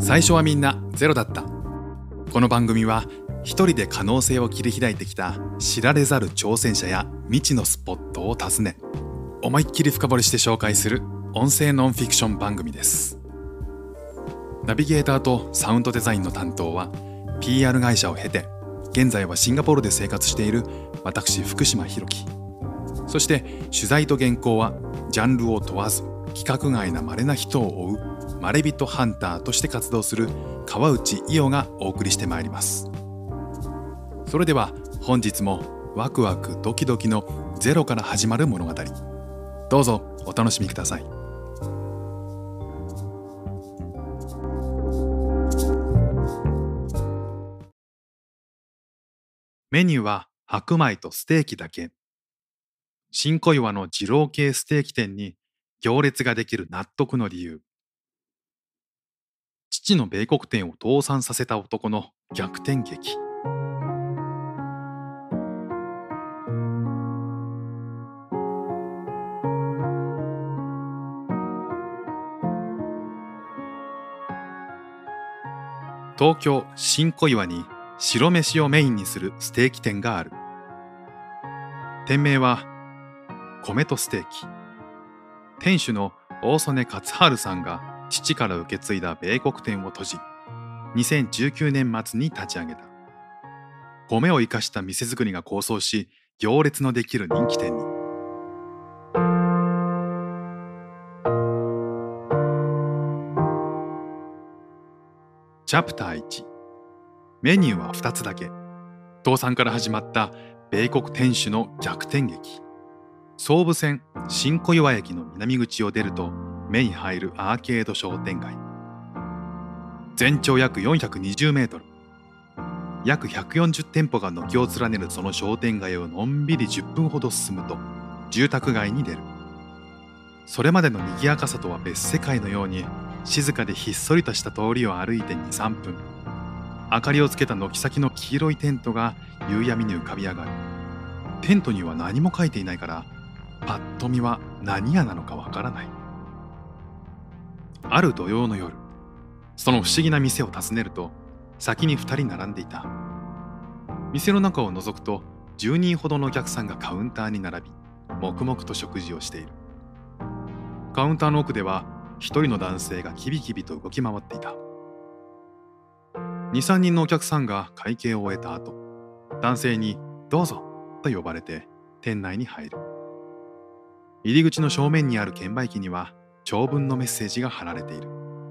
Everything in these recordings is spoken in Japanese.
最初はみんなゼロだった。この番組は一人で可能性を切り開いてきた知られざる挑戦者や未知のスポットを訪ね、思いっきり深掘りして紹介する音声ノンフィクション番組です。ナビゲーターとサウンドデザインの担当は PR 会社を経て現在はシンガポールで生活している私福島博樹。そして取材と原稿はジャンルを問わず規格外な稀な人を追うまれびとハンターとして活動する川内伊代がお送りしてまいります。それでは本日もワクワクドキドキのゼロから始まる物語、どうぞお楽しみください。メニューは白米とステーキだけ。新小岩の二郎系ステーキ店に行列ができる納得の理由。父の米国店を倒産させた男の逆転劇。東京新小岩に白飯をメインにするステーキ店がある。店名は米とステーキ。店主の大曽根勝春さんが父から受け継いだ米国店を閉じ、2019年末に立ち上げた。米を生かした店作りが構想し、行列のできる人気店に。チャプター1。メニューは2つだけ。倒産から始まった米国店主の逆転劇。総武線新小岩駅の南口を出ると目に入るアーケード商店街。全長約420メートル。約140店舗が軒を連ねるその商店街をのんびり10分ほど進むと住宅街に出る。それまでの賑やかさとは別世界のように静かでひっそりとした通りを歩いて 2,3 分。明かりをつけた軒先の黄色いテントが夕闇に浮かび上がる。テントには何も書いていないからパッと見は何屋なのかわからない。ある土曜の夜、その不思議な店を訪ねると先に2人並んでいた。店の中を覗くと10人ほどのお客さんがカウンターに並び黙々と食事をしている。カウンターの奥では一人の男性がキビキビと動き回っていた。2、3人のお客さんが会計を終えた後、男性にどうぞと呼ばれて店内に入る。入り口の正面にある券売機には長文のメッセージが貼られている。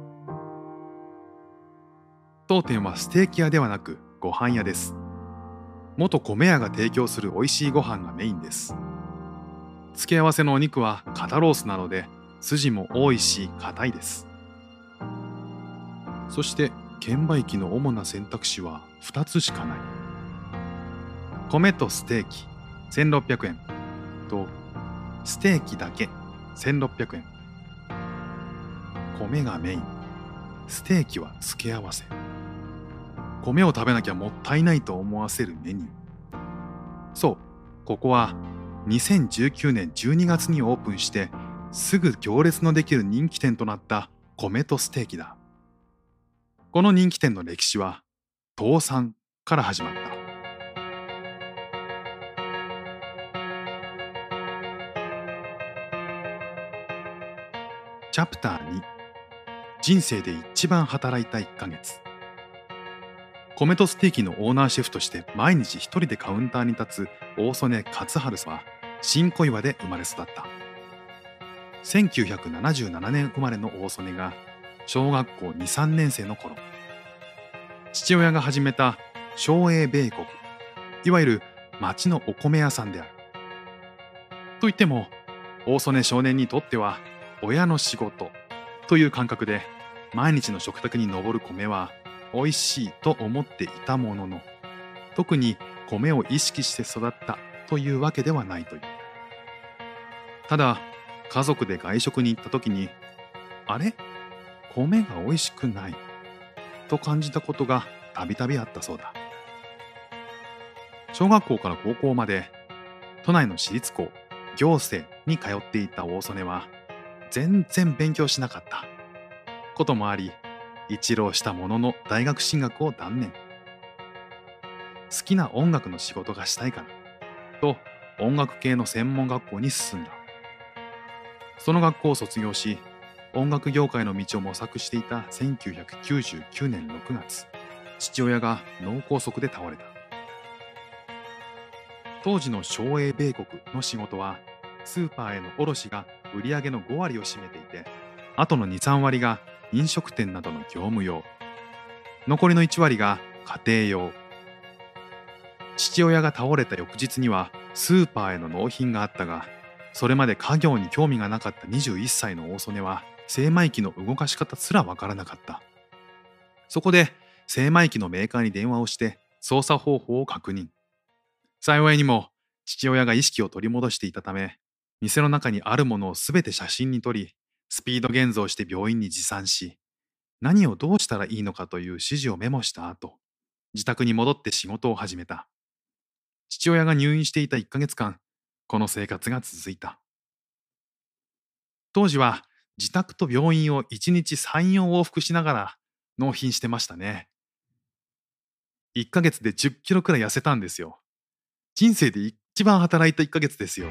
当店はステーキ屋ではなくご飯屋です。元米屋が提供する美味しいご飯がメインです。付け合わせのお肉は肩ロースなので筋も多いし硬いです。そして券売機の主な選択肢は2つしかない。米とステーキ1600円とステーキだけ1600円。米がメイン、ステーキは付け合わせ。米を食べなきゃもったいないと思わせるメニュー。そう、ここは2019年12月にオープンしてすぐ行列のできる人気店となった米とステーキだ。この人気店の歴史は倒産から始まった。チャプター2。人生で一番働いた1ヶ月。米とステーキのオーナーシェフとして毎日一人でカウンターに立つ大曽根勝春さんは新小岩で生まれ育った。1977年生まれの大曽根が小学校2、3年生の頃、父親が始めた松栄米国、いわゆる町のお米屋さんである。といっても大曽根少年にとっては親の仕事という感覚で毎日の食卓に上る米は美味しいと思っていたものの、特に米を意識して育ったというわけではないという。ただ家族で外食に行った時に、あれ？米が美味しくないと感じたことがたびたびあったそうだ。小学校から高校まで都内の私立校、行政に通っていた大曽根は全然勉強しなかったこともあり、 一浪したものの大学進学を断念。好きな音楽の仕事がしたいからと音楽系の専門学校に進んだ。その学校を卒業し、音楽業界の道を模索していた1999年6月、父親が脳梗塞で倒れた。当時の商栄米国の仕事は、スーパーへの卸が売り上げの5割を占めていて、あとの2、3割が飲食店などの業務用、残りの1割が家庭用。父親が倒れた翌日にはスーパーへの納品があったが、それまで家業に興味がなかった21歳の大曽根は精米機の動かし方すらわからなかった。そこで精米機のメーカーに電話をして操作方法を確認。幸いにも父親が意識を取り戻していたため、店の中にあるものをすべて写真に撮り、スピード現像して病院に持参し、何をどうしたらいいのかという指示をメモした後、自宅に戻って仕事を始めた。父親が入院していた1ヶ月間、この生活が続いた。当時は自宅と病院を1日3、4往復しながら納品してましたね。1ヶ月で10キロくらい痩せたんですよ。人生で一番働いた1ヶ月ですよ。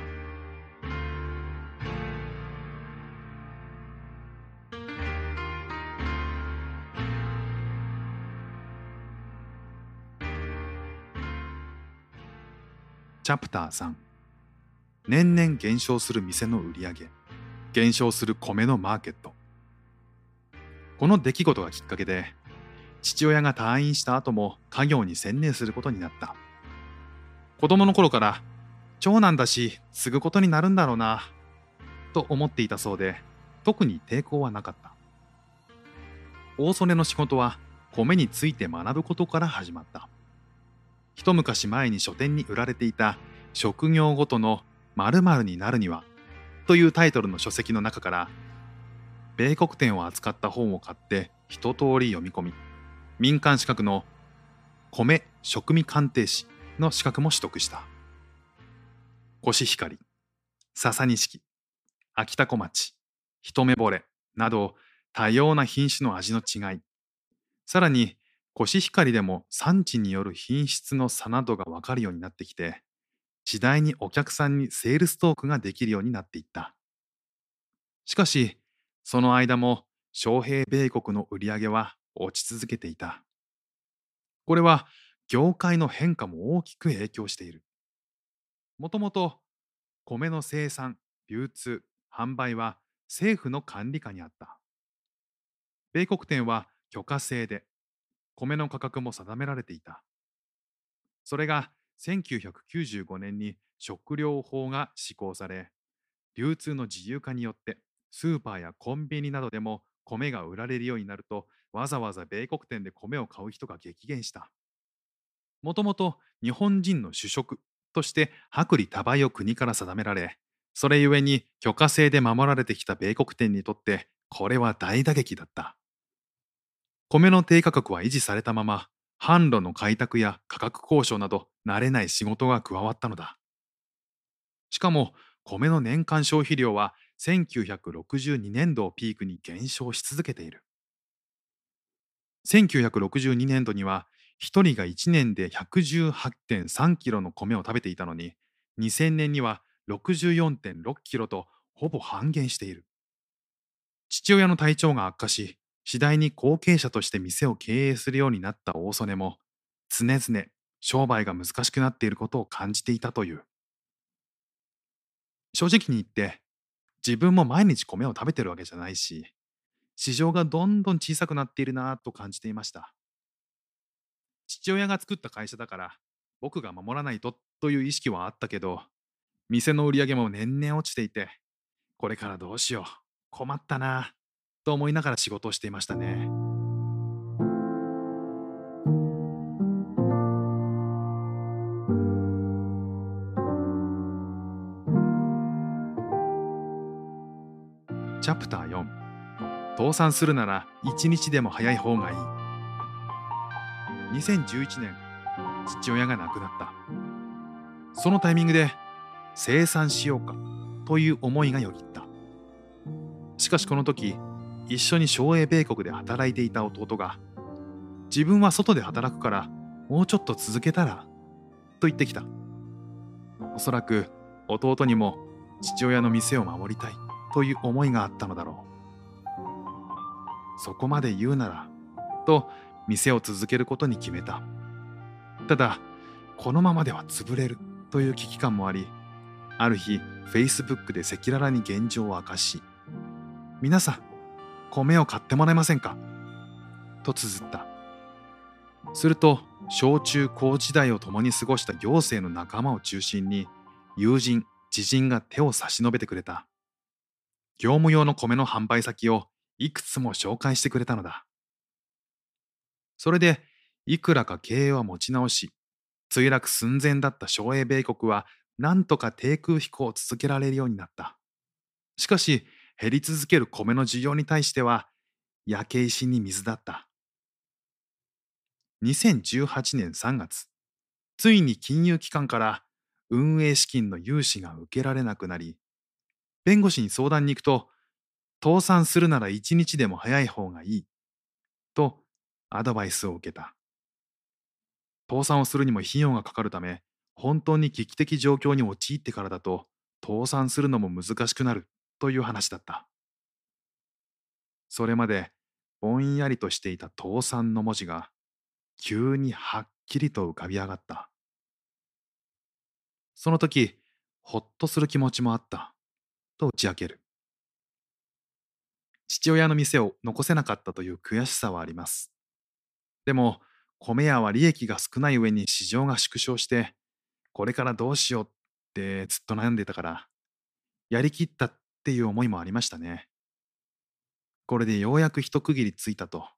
チャプター3、年々減少する店の売り上げ、減少する米のマーケット。この出来事がきっかけで、父親が退院した後も家業に専念することになった。子供の頃から、長男だし継ぐことになるんだろうな、と思っていたそうで、特に抵抗はなかった。大曽根の仕事は米について学ぶことから始まった。一昔前に書店に売られていた職業ごとの〇〇になるにはというタイトルの書籍の中から、米国店を扱った本を買って一通り読み込み、民間資格の米食味鑑定士の資格も取得した。コシヒカリ、笹錦、秋田小町、一目惚れなど多様な品種の味の違い、さらにコシヒカリでも産地による品質の差などが分かるようになってきて、次第にお客さんにセールストークができるようになっていった。しかし、その間も商兵米国の売り上げは落ち続けていた。これは業界の変化も大きく影響している。もともと米の生産、流通、販売は政府の管理下にあった。米国店は許可制で、米の価格も定められていた。それが1995年に食料法が施行され、流通の自由化によってスーパーやコンビニなどでも米が売られるようになると、わざわざ米国店で米を買う人が激減した。もともと日本人の主食として薄利多売を国から定められ、それゆえに許可制で守られてきた米国店にとってこれは大打撃だった。米の低価格は維持されたまま、販路の開拓や価格交渉など慣れない仕事が加わったのだ。しかも米の年間消費量は1962年度をピークに減少し続けている。1962年度には1人が1年で 118.3 キロの米を食べていたのに、2000年には 64.6 キロとほぼ半減している。父親の体調が悪化し、次第に後継者として店を経営するようになった大曽根も、常々商売が難しくなっていることを感じていたという。正直に言って、自分も毎日米を食べてるわけじゃないし、市場がどんどん小さくなっているなぁと感じていました。父親が作った会社だから、僕が守らないという意識はあったけど、店の売り上げも年々落ちていて、これからどうしよう、困ったなぁと思いながら仕事をしていましたね。チャプター4、倒産するなら1日でも早い方がいい。2011年、父親が亡くなった。そのタイミングで清算しようかという思いがよぎった。しかしこの時、 一緒に商栄米国で働いていた弟が、自分は外で働くからもうちょっと続けたらと言ってきた。おそらく弟にも父親の店を守りたいという思いがあったのだろう。そこまで言うならと店を続けることに決めた。ただこのままでは潰れるという危機感もあり、ある日 Facebook で赤裸々に現状を明かし、皆さん米を買ってもらえませんかと綴った。すると小中高時代を共に過ごした行政の仲間を中心に友人知人が手を差し伸べてくれた。業務用の米の販売先をいくつも紹介してくれたのだ。それでいくらか経営は持ち直し、墜落寸前だった商栄米国はなんとか低空飛行を続けられるようになった。しかし減り続ける米の需要に対しては焼け石に水だった。2018年3月、ついに金融機関から運営資金の融資が受けられなくなり、弁護士に相談に行くと、倒産するなら1日でも早い方がいいとアドバイスを受けた。倒産をするにも費用がかかるため、本当に危機的状況に陥ってからだと倒産するのも難しくなるという話だった。それまでぼんやりとしていた倒産の文字が急にはっきりと浮かび上がった。その時、ほっとする気持ちもあったと打ち明ける。父親の店を残せなかったという悔しさはあります。でも米屋は利益が少ない上に市場が縮小して、これからどうしようってずっと悩んでたから、やりきったっていう思いもありましたね。これでようやく一区切りついたと。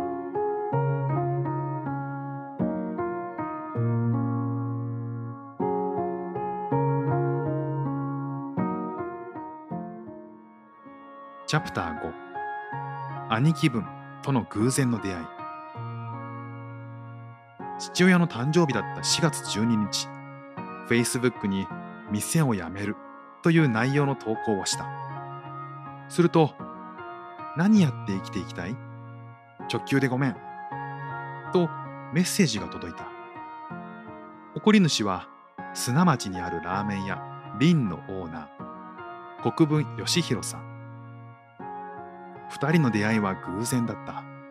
チャプター5、兄貴分との偶然の出会い。父親の誕生日だった4月12日、Facebook に店を辞めるという内容の投稿をした。すると、何やって生きていきたい？直球でごめん。とメッセージが届いた。送り主は砂町にあるラーメン屋凛のオーナー、国分義弘さん。二人の出会いは偶然だった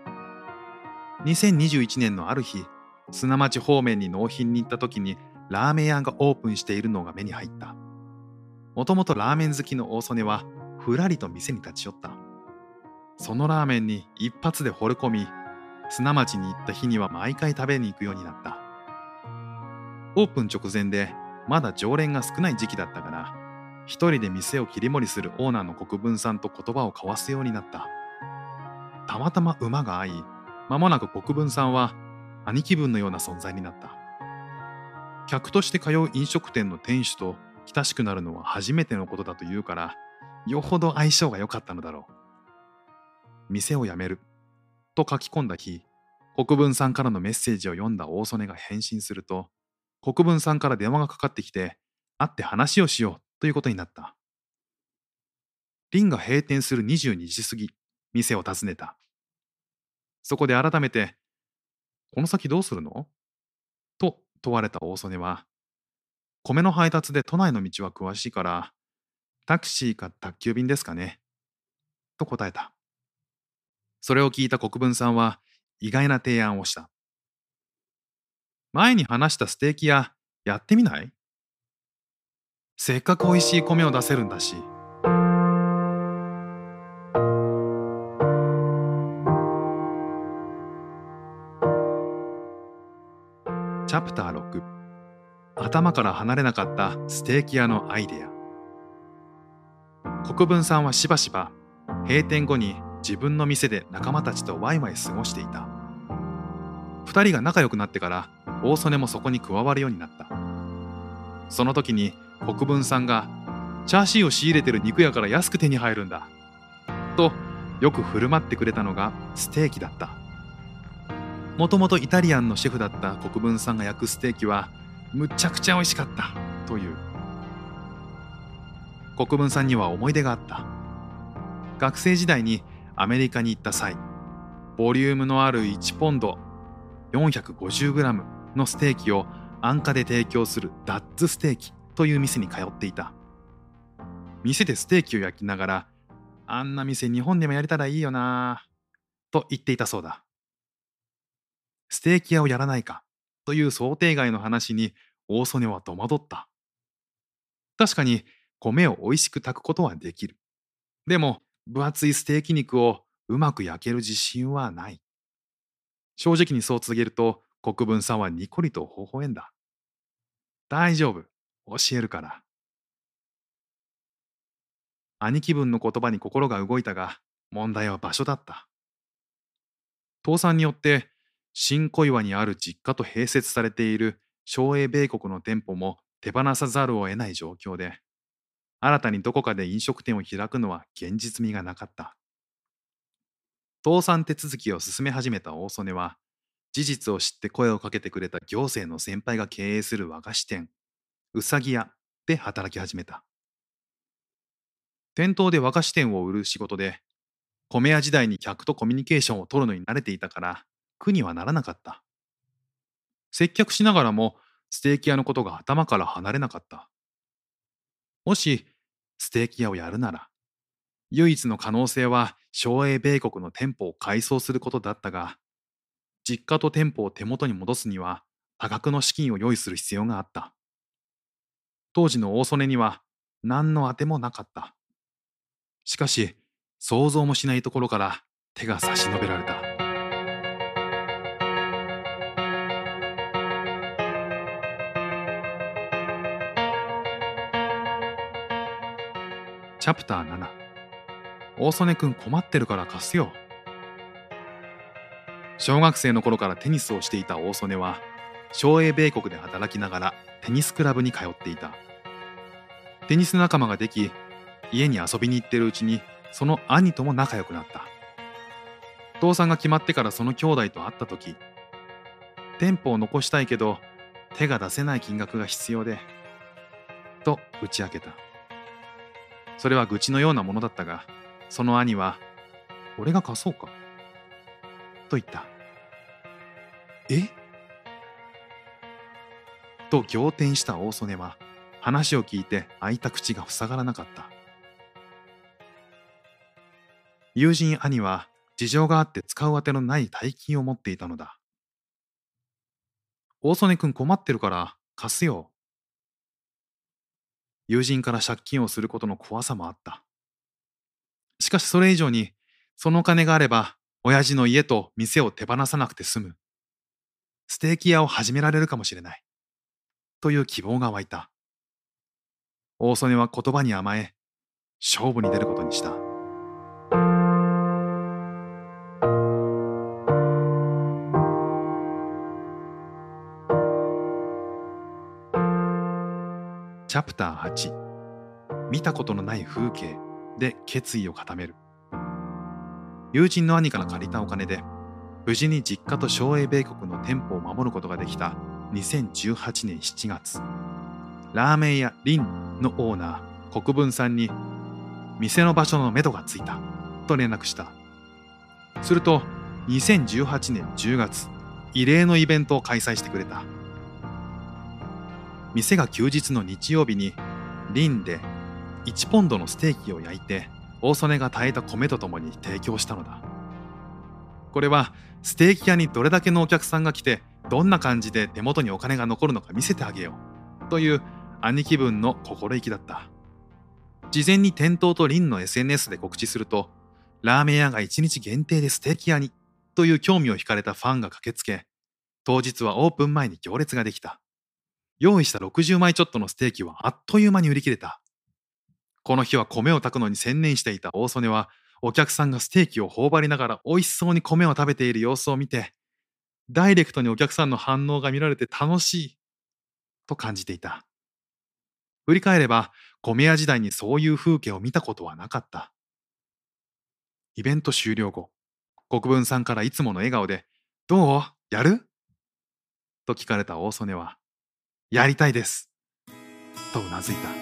。2021年のある日、砂町方面に納品に行った時にラーメン屋がオープンしているのが目に入った。もともとラーメン好きの大曽根はふらりと店に立ち寄った。そのラーメンに一発で惚れ込み、砂町に行った日には毎回食べに行くようになった。オープン直前でまだ常連が少ない時期だったから、一人で店を切り盛りするオーナーの国分さんと言葉を交わすようになった。たまたま馬が合い、間もなく国分さんは兄貴分のような存在になった。客として通う飲食店の店主と親しくなるのは初めてのことだというから、よほど相性が良かったのだろう。店を辞めると書き込んだ日、国分さんからのメッセージを読んだ大曽根が返信すると、国分さんから電話がかかってきて、会って話をしようということになった。凛が閉店する22時過ぎ、店を訪ねた。そこで改めて、この先どうするのと問われた大曽根は、米の配達で都内の道は詳しいから、タクシーか宅急便ですかねと答えた。それを聞いた国分さんは意外な提案をした。前に話したステーキ屋やってみない？せっかく美味しい米を出せるんだし。チャプター6、頭から離れなかったステーキ屋のアイデア。国分さんはしばしば閉店後に自分の店で仲間たちとワイワイ過ごしていた。二人が仲良くなってから大曽根もそこに加わるようになった。その時に国分さんがチャーシューを仕入れてる肉屋から安く手に入るんだとよく振る舞ってくれたのがステーキだった。もともとイタリアンのシェフだった国分さんが焼くステーキはむちゃくちゃ美味しかったという。国分さんには思い出があった。学生時代にアメリカに行った際、ボリュームのある1ポンド 450g のステーキを安価で提供するダッツステーキという店に通っていた。店でステーキを焼きながら、あんな店日本でもやれたらいいよなぁと言っていたそうだ。ステーキ屋をやらないかという想定外の話に大曽根は戸惑った。確かに米を美味しく炊くことはできる。でも分厚いステーキ肉をうまく焼ける自信はない。正直にそう告げると国分さんはニコリと微笑んだ。大丈夫、教えるから。兄貴分の言葉に心が動いたが、問題は場所だった。倒産によって新小岩にある実家と併設されている松英米国の店舗も手放さざるを得ない状況で、新たにどこかで飲食店を開くのは現実味がなかった。倒産手続きを進め始めた大曽根は、事実を知って声をかけてくれた行政の先輩が経営する和菓子店、うさぎ屋で働き始めた。店頭で和菓子店を売る仕事で、米屋時代に客とコミュニケーションを取るのに慣れていたから、苦にはならなかった。接客しながらも、ステーキ屋のことが頭から離れなかった。もし、ステーキ屋をやるなら、唯一の可能性は、松英米国の店舗を改装することだったが、実家と店舗を手元に戻すには、多額の資金を用意する必要があった。当時の大曽根には、何の当てもなかった。しかし、想像もしないところから手が差し伸べられた。チャプター7、大曽根くん困ってるから貸すよ。小学生の頃からテニスをしていた大曽根は、松英米国で働きながらテニスクラブに通っていた。テニス仲間ができ、家に遊びに行ってるうちに、その兄とも仲良くなった。倒産が決まってからその兄弟と会った時、店舗を残したいけど手が出せない金額が必要で、と打ち明けた。それは愚痴のようなものだったが、その兄は、俺が貸そうかと言った。えと仰天した大曽根は、話を聞いて開いた口が塞がらなかった。友人兄は事情があって使うあてのない大金を持っていたのだ。大曽根くん困ってるから貸すよ。友人から借金をすることの怖さもあった。しかしそれ以上に、その金があれば、親父の家と店を手放さなくて済む。ステーキ屋を始められるかもしれない。という希望が湧いた。大曽根は言葉に甘え、勝負に出ることにした。チャプター8、見たことのない風景で決意を固める。友人の兄から借りたお金で、無事に実家と松英米国の店舗を守ることができた2018年7月、ラーメン屋リンのオーナー国分さんに、店の場所のめどがついたと連絡した。すると2018年10月、異例のイベントを開催してくれた。店が休日の日曜日にリンで1ポンドのステーキを焼いて、大曽根が炊いた米とともに提供したのだ。これはステーキ屋にどれだけのお客さんが来て、どんな感じで手元にお金が残るのか見せてあげようという兄貴分の心意気だった。事前に店頭とリンの SNS で告知すると、ラーメン屋が1日限定でステーキ屋にという興味を惹かれたファンが駆けつけ、当日はオープン前に行列ができた。用意した60枚ちょっとのステーキはあっという間に売り切れた。この日は米を炊くのに専念していた大曽根は、お客さんがステーキを頬張りながら美味しそうに米を食べている様子を見て、ダイレクトにお客さんの反応が見られて楽しいと感じていた。振り返れば、米屋時代にそういう風景を見たことはなかった。イベント終了後、国分さんからいつもの笑顔で、どうやると聞かれた大曽根は、やりたいですとうなずいた。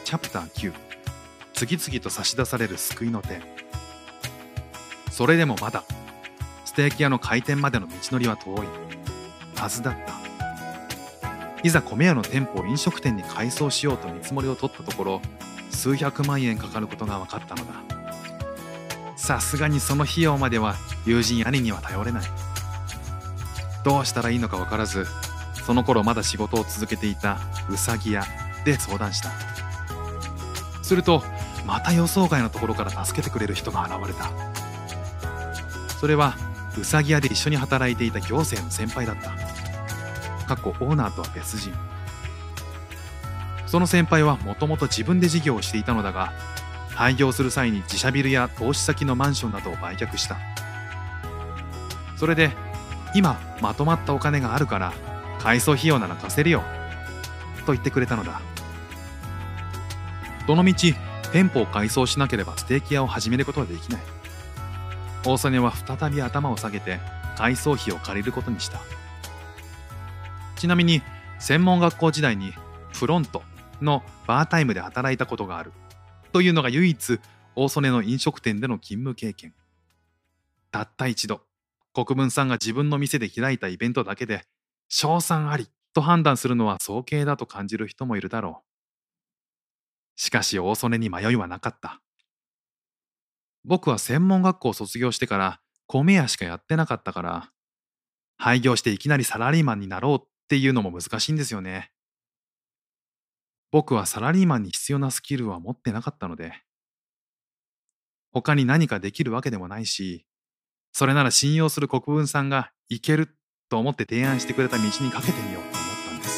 チャプター9、次々と差し出される救いの手。それでもまだステーキ屋の開店までの道のりは遠いはずだった。いざ米屋の店舗を飲食店に改装しようと見積もりを取ったところ、数百万円かかることが分かったのだ。さすがにその費用までは友人兄には頼れない。どうしたらいいのか分からず、その頃まだ仕事を続けていたうさぎ屋で相談した。するとまた予想外のところから助けてくれる人が現れた。それはうさぎ屋で一緒に働いていた行政の先輩だった。オーナーとは別人。その先輩はもともと自分で事業をしていたのだが、廃業する際に自社ビルや投資先のマンションなどを売却した。それで今まとまったお金があるから改装費用なら貸せるよと言ってくれたのだ。どのみち店舗を改装しなければステーキ屋を始めることはできない。大曽根は再び頭を下げて改装費を借りることにした。ちなみに専門学校時代にフロントのバータイムで働いたことがあるというのが唯一大曽根の飲食店での勤務経験。たった一度国分さんが自分の店で開いたイベントだけで賞賛ありと判断するのは早計だと感じる人もいるだろう。しかし大曽根に迷いはなかった。僕は専門学校を卒業してから米屋しかやってなかったから、廃業していきなりサラリーマンになろうっていうのも難しいんですよね。僕はサラリーマンに必要なスキルは持ってなかったので、他に何かできるわけでもないし、それなら信用する国分さんがいけると思って提案してくれた道にかけてみようと思ったんです。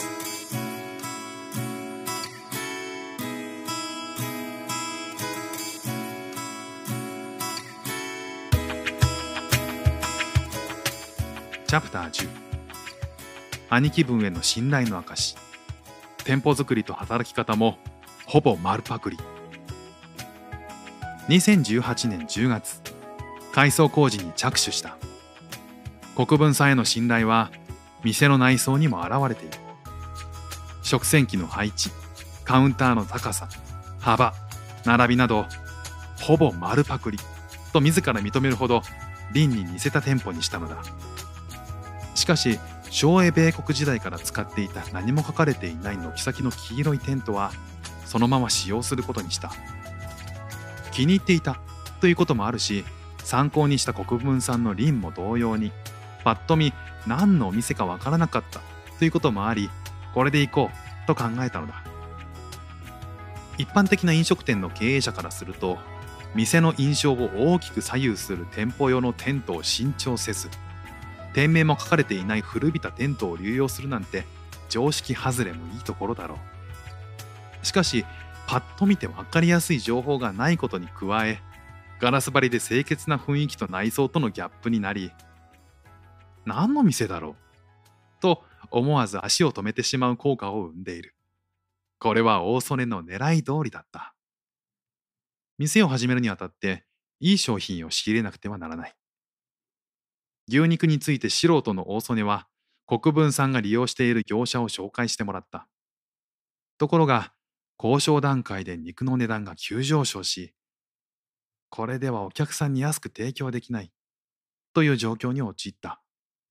チャプター10、兄貴分への信頼の証。店舗作りと働き方もほぼ丸パクリ。2018年10月、改装工事に着手した。国分さんへの信頼は店の内装にも現れている。食洗機の配置、カウンターの高さ、幅、並びなどほぼ丸パクリと自ら認めるほど凛に似せた店舗にしたのだ。しかし昭栄米国時代から使っていた何も書かれていない軒先の黄色いテントはそのまま使用することにした。気に入っていたということもあるし、参考にした国分さんの凛も同様にパッと見何のお店かわからなかったということもあり、これで行こうと考えたのだ。一般的な飲食店の経営者からすると、店の印象を大きく左右する店舗用のテントを新調せず、店名も書かれていない古びたテントを流用するなんて常識外れもいいところだろう。しかしパッと見て分かりやすい情報がないことに加え、ガラス張りで清潔な雰囲気と内装とのギャップになり、何の店だろうと思わず足を止めてしまう効果を生んでいる。これは大曽根の狙い通りだった。店を始めるにあたっていい商品を仕入れなくてはならない。牛肉について素人の大曽根は国分さんが利用している業者を紹介してもらった。ところが交渉段階で肉の値段が急上昇し、これではお客さんに安く提供できないという状況に陥った。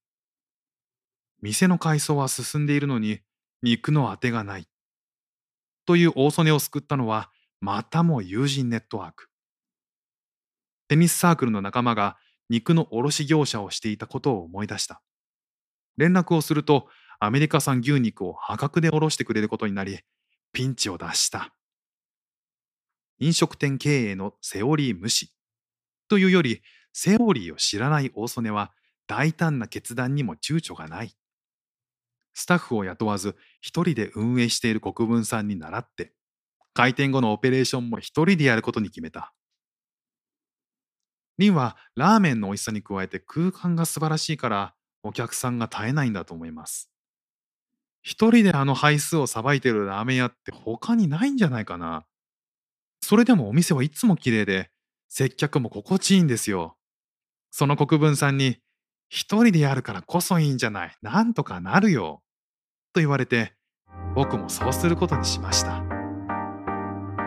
店の改装は進んでいるのに肉の当てがないという大曽根を救ったのはまたも友人ネットワーク。テニスサークルの仲間が肉の卸業者をしていたことを思い出した。連絡をするとアメリカ産牛肉を破格で卸してくれることになり、ピンチを脱した。飲食店経営のセオリー無視というより、セオリーを知らない大曽根は大胆な決断にも躊躇がない。スタッフを雇わず一人で運営している国分さんに倣って、開店後のオペレーションも一人でやることに決めた。リンはラーメンの美味しさに加えて空間が素晴らしいからお客さんが絶えないんだと思います。一人であの配数をさばいてるラーメン屋って他にないんじゃないかな。それでもお店はいつも綺麗で接客も心地いいんですよ。その国分さんに一人でやるからこそいいんじゃない、なんとかなるよと言われて、僕もそうすることにしました。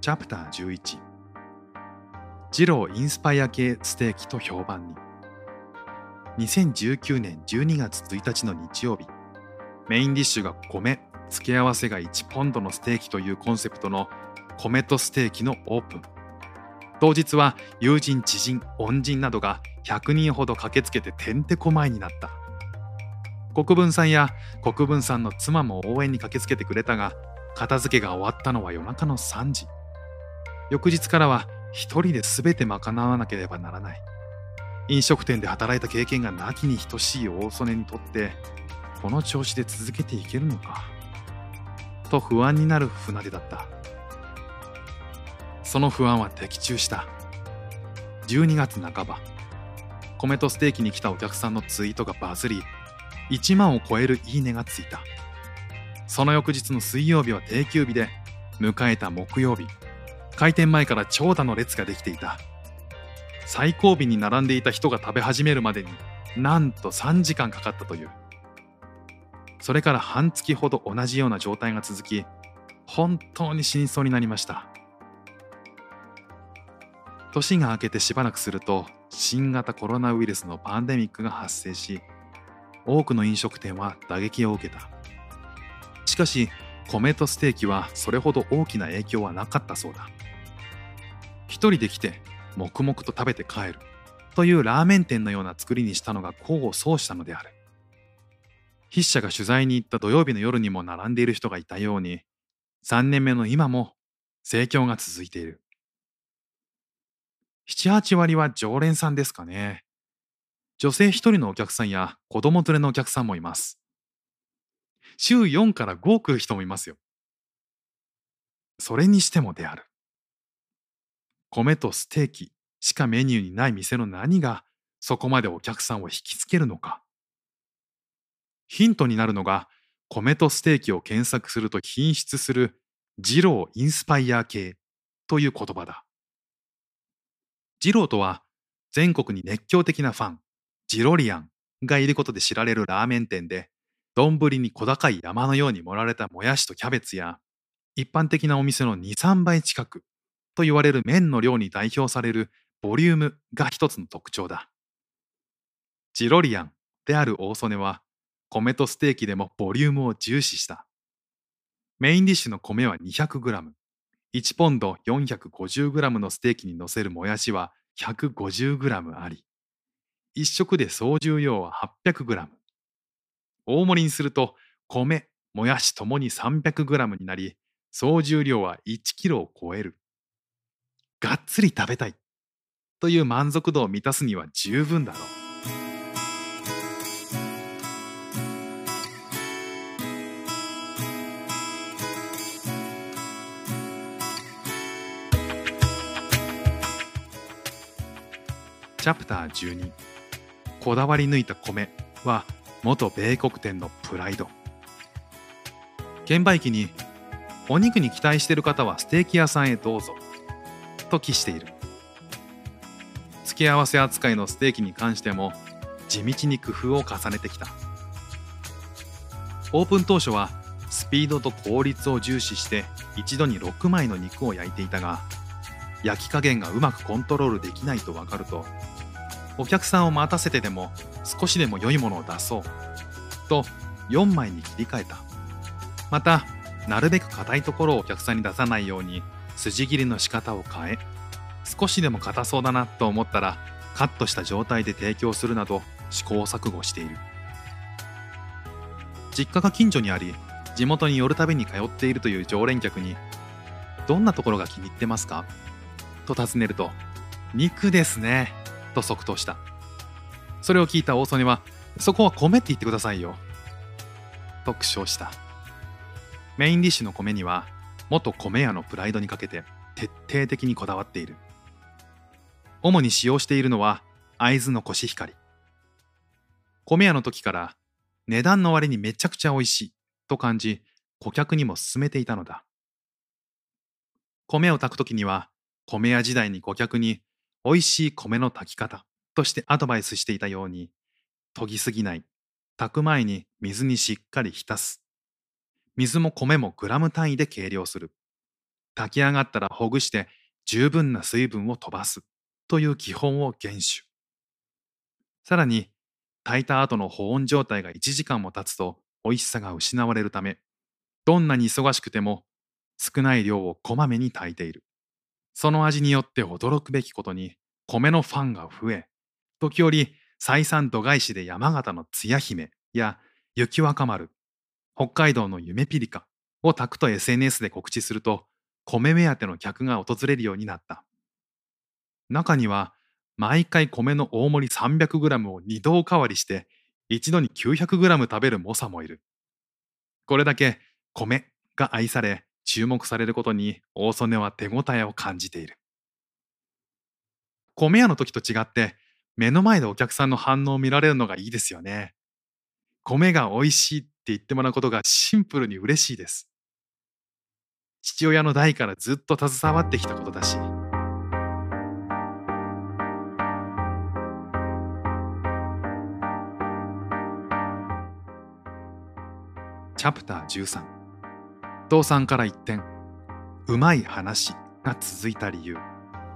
チャプター11、二郎インスパイア系ステーキと評判に。2019年12月1日の日曜日、メインディッシュが米、付け合わせが1ポンドのステーキというコンセプトの米とステーキのオープン。当日は友人、知人、恩人などが100人ほど駆けつけててんてこまいになった。国分さんや国分さんの妻も応援に駆けつけてくれたが、片付けが終わったのは夜中の3時。翌日からは一人で全て賄わなければならない。飲食店で働いた経験がなきに等しい大曽根にとって、この調子で続けていけるのかと不安になる船出だった。その不安は的中した。12月半ば、米とステーキに来たお客さんのツイートがバズり、1万を超えるいいねがついた。その翌日の水曜日は定休日で、迎えた木曜日、開店前から長蛇の列ができていた。最後尾に並んでいた人が食べ始めるまでになんと3時間かかったという。それから半月ほど同じような状態が続き、本当に死にそうになりました。年が明けてしばらくすると、新型コロナウイルスのパンデミックが発生し、多くの飲食店は打撃を受けた。しかし、米とステーキはそれほど大きな影響はなかったそうだ。一人で来て黙々と食べて帰るというラーメン店のような作りにしたのが功を奏したのである。筆者が取材に行った土曜日の夜にも並んでいる人がいたように、3年目の今も盛況が続いている。7、8割は常連さんですかね。女性一人のお客さんや子供連れのお客さんもいます。週4から5来る人もいますよ。それにしてもである。米とステーキしかメニューにない店の何がそこまでお客さんを引きつけるのか。ヒントになるのが、米とステーキを検索すると品質する二郎インスパイア系という言葉だ。二郎とは全国に熱狂的なファン、ジロリアンがいることで知られるラーメン店で、丼に小高い山のように盛られたもやしとキャベツや、一般的なお店の2、3倍近くと言われる麺の量に代表されるボリュームが一つの特徴だ。ジロリアンである大曽根は、米とステーキでもボリュームを重視した。メインディッシュの米は 200g、1ポンド 450g のステーキに乗せるもやしは 150g あり、一食で総重量は 800g。大盛りにすると米、もやしともに 300g になり、総重量は 1kg を超える。がっつり食べたいという満足度を満たすには十分だろう。チャプター12、こだわり抜いた米は元米国店のプライド。券売機に、お肉に期待している方はステーキ屋さんへどうぞと記している。付け合わせ扱いのステーキに関しても地道に工夫を重ねてきた。オープン当初はスピードと効率を重視して一度に6枚の肉を焼いていたが、焼き加減がうまくコントロールできないと分かると、お客さんを待たせてでも少しでも良いものを出そうと4枚に切り替えた。また、なるべく硬いところをお客さんに出さないように筋切りの仕方を変え、少しでも硬そうだなと思ったらカットした状態で提供するなど試行錯誤している。実家が近所にあり、地元に寄るたびに通っているという常連客に、どんなところが気に入ってますかと尋ねると、肉ですねと即答した。それを聞いた大曽根は、そこは米って言ってくださいよと苦笑した。メインディッシュの米には元米屋のプライドにかけて徹底的にこだわっている。主に使用しているのは会津のコシヒカリ。米屋の時から値段の割にめちゃくちゃ美味しいと感じ、顧客にも勧めていたのだ。米を炊く時には、米屋時代に顧客に美味しい米の炊き方としてアドバイスしていたように、研ぎすぎない、炊く前に水にしっかり浸す、水も米もグラム単位で計量する、 炊き上がったらほぐして十分な水分を飛ばすという基本を厳守。さらに、炊いた後の保温状態が1時間も経つと美味しさが失われるため、どんなに忙しくても少ない量をこまめに炊いている。その味によって驚くべきことに、米のファンが増え、時折採算度外視で山形のつや姫や雪若丸、北海道の夢ピリカを炊くと SNS で告知すると、米目当ての客が訪れるようになった。中には、毎回米の大盛り 300g を2度おかわりして、一度に 900g 食べる猛者もいる。これだけ米が愛され、注目されることに大曽根は手応えを感じている。米屋の時と違って、目の前でお客さんの反応を見られるのがいいですよね。米が美味しいって言ってもらうことがシンプルに嬉しいです。父親の代からずっと携わってきたことだし。チャプター13、父さんから一転、うまい話が続いた理由。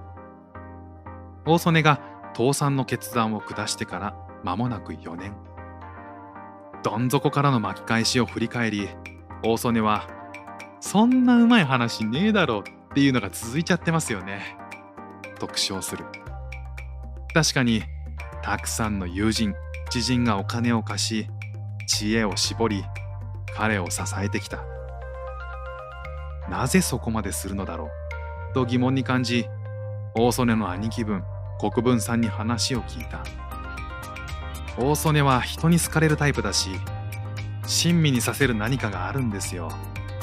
大曽根が倒産の決断を下してから間もなく4年。どん底からの巻き返しを振り返り、大曽根はそんなうまい話ねえだろっていうのが続いちゃってますよねと苦笑する。確かにたくさんの友人知人がお金を貸し、知恵を絞り彼を支えてきた。なぜそこまでするのだろうと疑問に感じ、大曽根の兄貴分国分さんに話を聞いた。大曽根は人に好かれるタイプだし、親身にさせる何かがあるんですよ。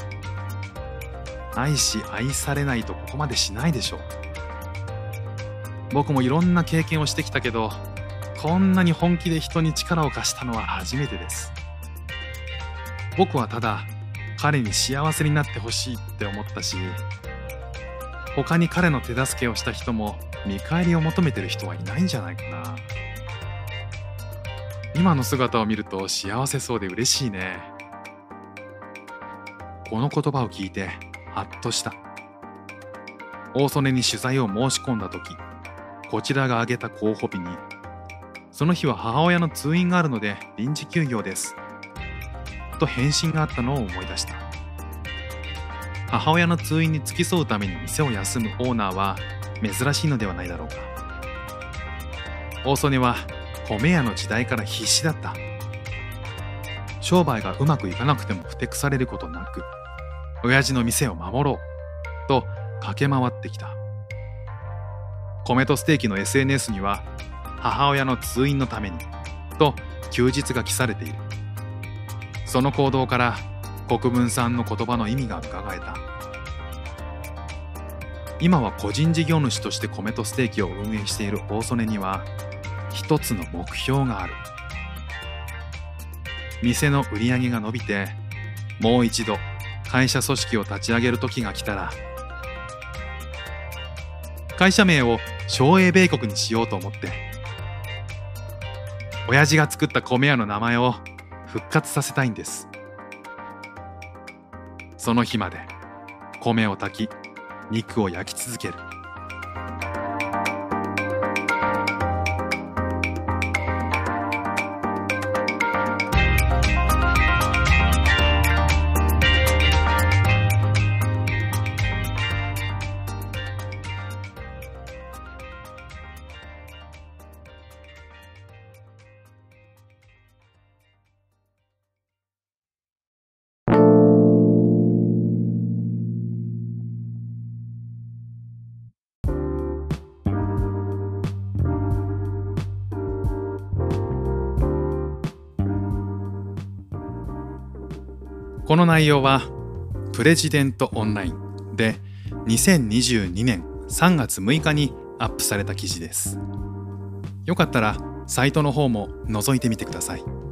愛し愛されないとここまでしないでしょう。僕もいろんな経験をしてきたけど、こんなに本気で人に力を貸したのは初めてです。僕はただ彼に幸せになってほしいって思ったし、他に彼の手助けをした人も見返りを求めてる人はいないんじゃないかな。今の姿を見ると幸せそうで嬉しいね。この言葉を聞いてハッとした。大曽根に取材を申し込んだ時、こちらが挙げた候補日に、その日は母親の通院があるので臨時休業ですと返信があったのを思い出した。母親の通院に付き添うために店を休むオーナーは珍しいのではないだろうか。大曽根は米屋の時代から必死だった。商売がうまくいかなくてもふてくされることなく、親父の店を守ろうと駆け回ってきた。米とステーキの SNS には、母親の通院のためにと休日が記されている。その行動から国分さんの言葉の意味が伺えた。今は個人事業主として米とステーキを運営している大曽根には一つの目標がある。店の売り上げが伸びて、もう一度会社組織を立ち上げる時が来たら、会社名を松栄米国にしようと思って、親父が作った米屋の名前を復活させたいんです。その日まで米を炊き、肉を焼き続ける。この内容はプレジデントオンラインで2022年3月6日にアップされた記事です。よかったらサイトの方も覗いてみてください。